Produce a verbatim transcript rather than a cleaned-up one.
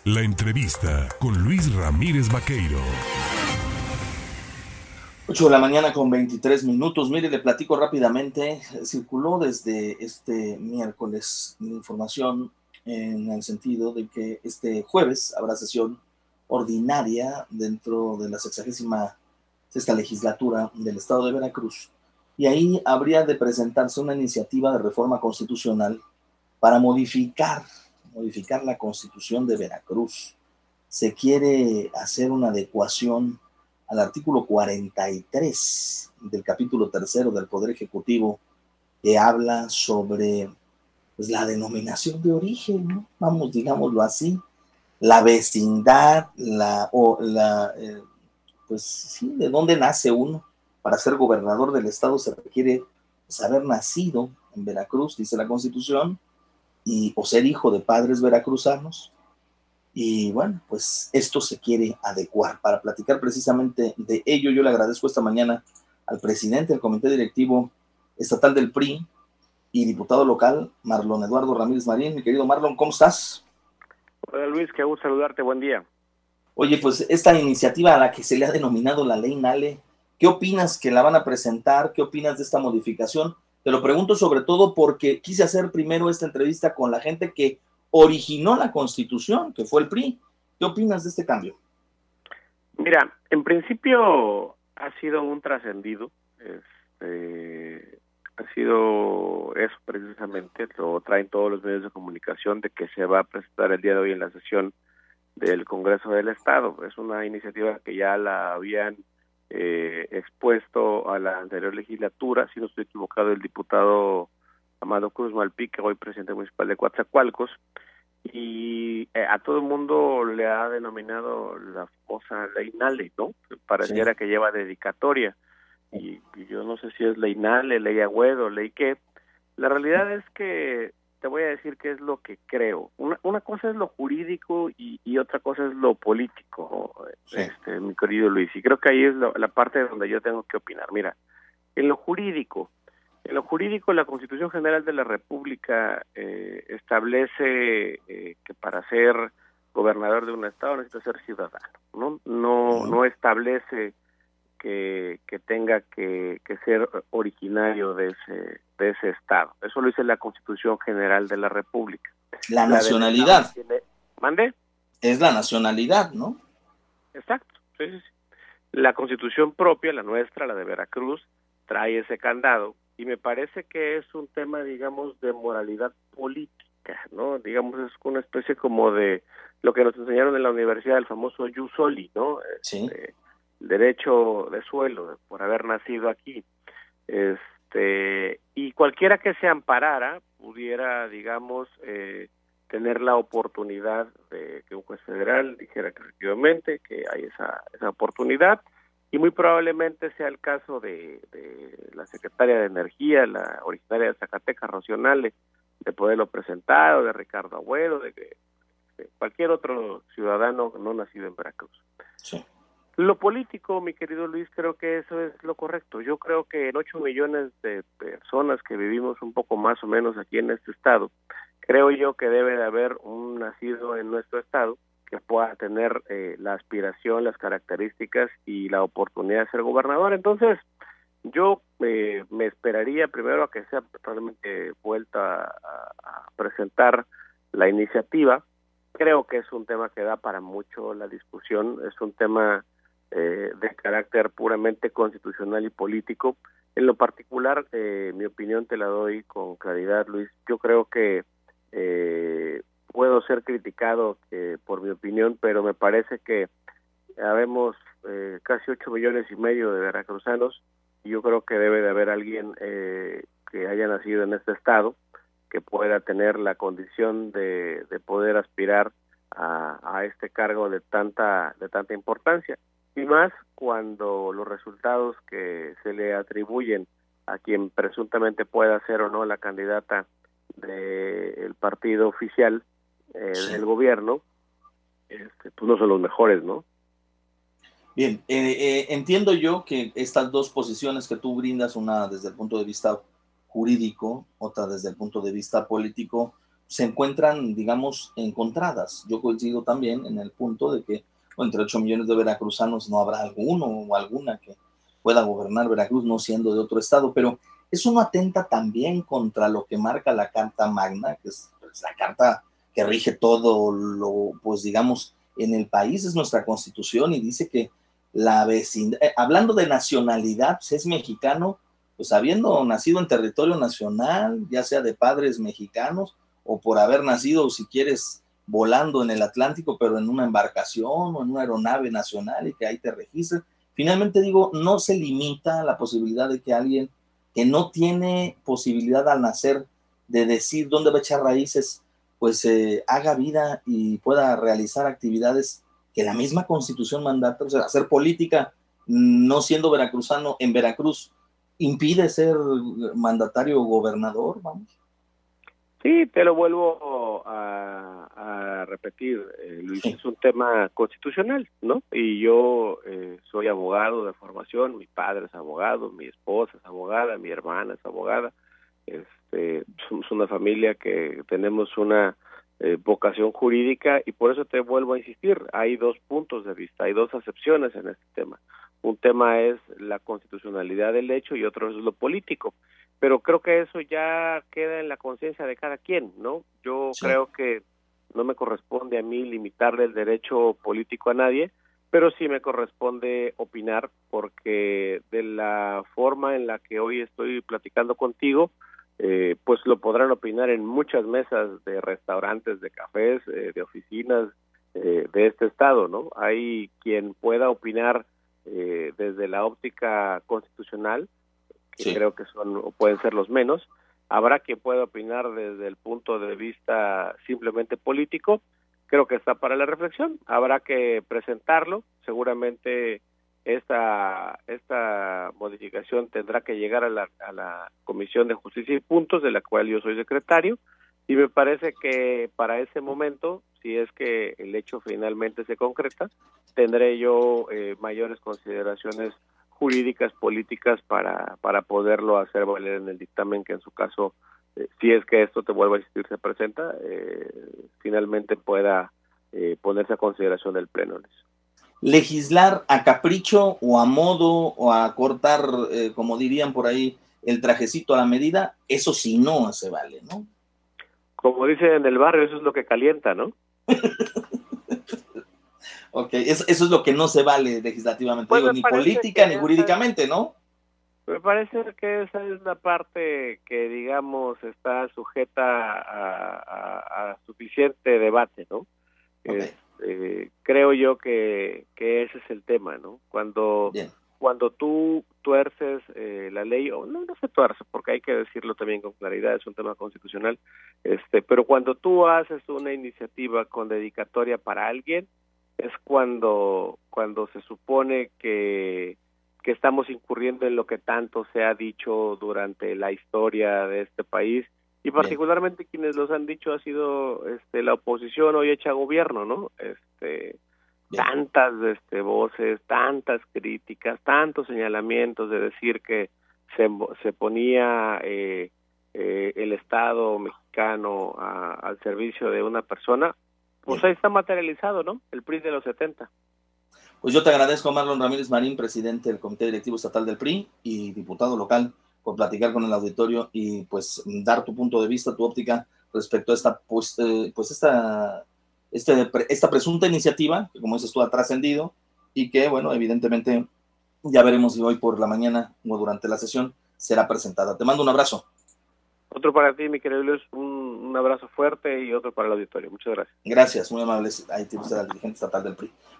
La entrevista con Luis Ramírez Vaqueiro. ocho de la mañana con veintitrés minutos. Mire, le platico rápidamente. Circuló desde este miércoles información en el sentido de que este jueves habrá sesión ordinaria dentro de la sexagésima sexta legislatura del estado de Veracruz. Y ahí habría de presentarse una iniciativa de reforma constitucional para modificar, modificar la constitución de Veracruz. Se quiere hacer una adecuación al artículo cuarenta y tres del capítulo tercero del Poder Ejecutivo, que habla sobre pues, la denominación de origen, ¿no? Vamos, digámoslo así, la vecindad, la, o la, eh, pues sí, de dónde nace uno. Para ser gobernador del estado se requiere pues, haber nacido en Veracruz, dice la Constitución, y, o ser hijo de padres veracruzanos. Y bueno, pues esto se quiere adecuar. Para platicar precisamente de ello, yo le agradezco esta mañana al presidente del Comité Directivo Estatal del P R I y diputado local, Marlon Eduardo Ramírez Marín. Mi querido Marlon, ¿cómo estás? Hola Luis, qué gusto saludarte, buen día. Oye, pues esta iniciativa a la que se le ha denominado la Ley Nale, ¿qué opinas que la van a presentar? ¿Qué opinas de esta modificación? Te lo pregunto sobre todo porque quise hacer primero esta entrevista con la gente que originó la Constitución, que fue el P R I. ¿Qué opinas de este cambio? Mira, en principio ha sido un trascendido, este, ha sido eso precisamente, lo traen todos los medios de comunicación de que se va a presentar el día de hoy en la sesión del Congreso del Estado. Es una iniciativa que ya la habían eh, expuesto a la anterior legislatura, si no estoy equivocado, el diputado Amado Cruz Malpica, hoy presidente municipal de Coatzacoalcos, y eh, a todo el mundo le ha denominado la famosa Ley Nale, ¿no? Pareciera sí. que lleva dedicatoria, y, y yo no sé si es Ley Nale, Ley Agüedo, Ley qué. La realidad es que te voy a decir qué es lo que creo. Una, una cosa es lo jurídico y, y otra cosa es lo político, sí. este, mi querido Luis, y creo que ahí es lo, la parte donde yo tengo que opinar. Mira, en lo jurídico, En lo jurídico, la Constitución General de la República eh, establece eh, que para ser gobernador de un estado necesita ser ciudadano, ¿no? No, uh-huh. no establece que, que tenga que, que ser originario de ese, de ese estado. Eso lo dice la Constitución General de la República. La, la nacionalidad. Tiene... ¿Mande? Es la nacionalidad, ¿no? Exacto, sí, sí, sí. La Constitución propia, la nuestra, la de Veracruz, trae ese candado. Y me parece que es un tema, digamos, de moralidad política, ¿no? Digamos, es una especie como de lo que nos enseñaron en la universidad, el famoso jus soli, ¿no? Sí. Este, el derecho de suelo, por haber nacido aquí. Este, y cualquiera que se amparara pudiera, digamos, eh, tener la oportunidad de que un juez federal dijera que efectivamente que hay esa, esa oportunidad. Y muy probablemente sea el caso de, de la secretaria de Energía, la originaria de Zacatecas, Rocío Nale, de poderlo presentar, o de Ricardo Agüedo, de, de, de cualquier otro ciudadano no nacido en Veracruz. Sí. Lo político, mi querido Luis, creo que eso es lo correcto. Yo creo que en ocho millones de personas que vivimos un poco más o menos aquí en este estado, creo yo que debe de haber un nacido en nuestro estado que pueda tener eh, la aspiración, las características y la oportunidad de ser gobernador. Entonces, yo eh, me esperaría primero a que sea probablemente vuelta a, a presentar la iniciativa. Creo que es un tema que da para mucho la discusión, es un tema eh, de carácter puramente constitucional y político. En lo particular, eh, mi opinión te la doy con claridad, Luis. Yo creo que eh, puedo ser criticado eh, por mi opinión, pero me parece que habemos eh, casi ocho millones y medio de veracruzanos y yo creo que debe de haber alguien eh, que haya nacido en este estado que pueda tener la condición de, de poder aspirar a, a este cargo de tanta de tanta importancia, y más cuando los resultados que se le atribuyen a quien presuntamente pueda ser o no la candidata del partido oficial eh, sí. del gobierno, este, pues no son los mejores, ¿no? Bien, eh, eh, entiendo yo que estas dos posiciones que tú brindas, una desde el punto de vista jurídico, otra desde el punto de vista político, se encuentran, digamos, encontradas. Yo coincido también en el punto de que bueno, entre ocho millones de veracruzanos no habrá alguno o alguna que pueda gobernar Veracruz no siendo de otro estado, pero eso no atenta también contra lo que marca la Carta Magna, que es pues, la carta que rige todo lo, pues digamos, en el país, es nuestra constitución y dice que la vecindad, eh, hablando de nacionalidad, pues es mexicano, pues habiendo nacido en territorio nacional, ya sea de padres mexicanos o por haber nacido, si quieres, volando en el Atlántico, pero en una embarcación o en una aeronave nacional y que ahí te registren. Finalmente digo, no se limita a la posibilidad de que alguien que no tiene posibilidad al nacer de decir dónde va a echar raíces, pues eh, haga vida y pueda realizar actividades que la misma Constitución mandata, o sea, hacer política no siendo veracruzano en Veracruz impide ser mandatario o gobernador, vamos. Sí, te lo vuelvo a, a repetir, eh, Luis, sí. Es un tema constitucional, ¿no? Y yo eh, soy abogado de formación, mi padre es abogado, mi esposa es abogada, mi hermana es abogada, este, somos una familia que tenemos una eh, vocación jurídica y por eso te vuelvo a insistir, hay dos puntos de vista, hay dos acepciones en este tema. Un tema es la constitucionalidad del hecho y otro es lo político. Pero creo que eso ya queda en la conciencia de cada quien, ¿no? Yo sí. creo que no me corresponde a mí limitarle el derecho político a nadie, pero sí me corresponde opinar porque de la forma en la que hoy estoy platicando contigo, eh, pues lo podrán opinar en muchas mesas de restaurantes, de cafés, eh, de oficinas eh, de este estado, ¿no? Hay quien pueda opinar eh, desde la óptica constitucional, que sí. creo que son o pueden ser los menos. Habrá quien pueda opinar desde el punto de vista simplemente político. Creo que está para la reflexión. Habrá que presentarlo. Seguramente esta esta modificación tendrá que llegar a la, a la Comisión de Justicia y Puntos, de la cual yo soy secretario, y me parece que para ese momento, si es que el hecho finalmente se concreta, tendré yo eh, mayores consideraciones jurídicas, políticas para para poderlo hacer valer en el dictamen que en su caso, eh, si es que esto, te vuelvo a insistir, se presenta, eh, finalmente pueda eh, ponerse a consideración del Pleno. Legislar a capricho o a modo o a cortar, eh, como dirían por ahí, el trajecito a la medida, eso sí no se vale, ¿no? Como dicen en el barrio, eso es lo que calienta, ¿no? Ok, eso, eso es lo que no se vale legislativamente, pues digo, ni política ni jurídicamente, ¿no? Me parece que esa es la parte que, digamos, está sujeta a, a, a suficiente debate, ¿no? Okay. Es, eh, creo yo que, que ese es el tema, ¿no? Cuando Bien. cuando tú tuerces eh, la ley, o no, no se tuerce, porque hay que decirlo también con claridad, es un tema constitucional, este, pero cuando tú haces una iniciativa con dedicatoria para alguien, es cuando cuando se supone que, que estamos incurriendo en lo que tanto se ha dicho durante la historia de este país, y particularmente Bien. quienes los han dicho ha sido este la oposición hoy hecha gobierno, ¿no? Este Bien. tantas este voces, tantas críticas, tantos señalamientos de decir que se, se ponía eh, eh, el Estado mexicano a, al servicio de una persona. Pues ahí está materializado, ¿no? El P R I de los setenta. Pues yo te agradezco, Marlon Ramírez Marín, presidente del Comité Directivo Estatal del P R I y diputado local, por platicar con el auditorio y pues dar tu punto de vista, tu óptica respecto a esta, pues, eh, pues esta, este, esta presunta iniciativa, que como dices tú ha trascendido y que, bueno, evidentemente ya veremos si hoy por la mañana o durante la sesión será presentada. Te mando un abrazo. Otro para ti, mi querido Luis, un, un abrazo fuerte y otro para el auditorio. Muchas gracias. Gracias, muy amables. Ahí tiene usted al dirigente estatal del P R I.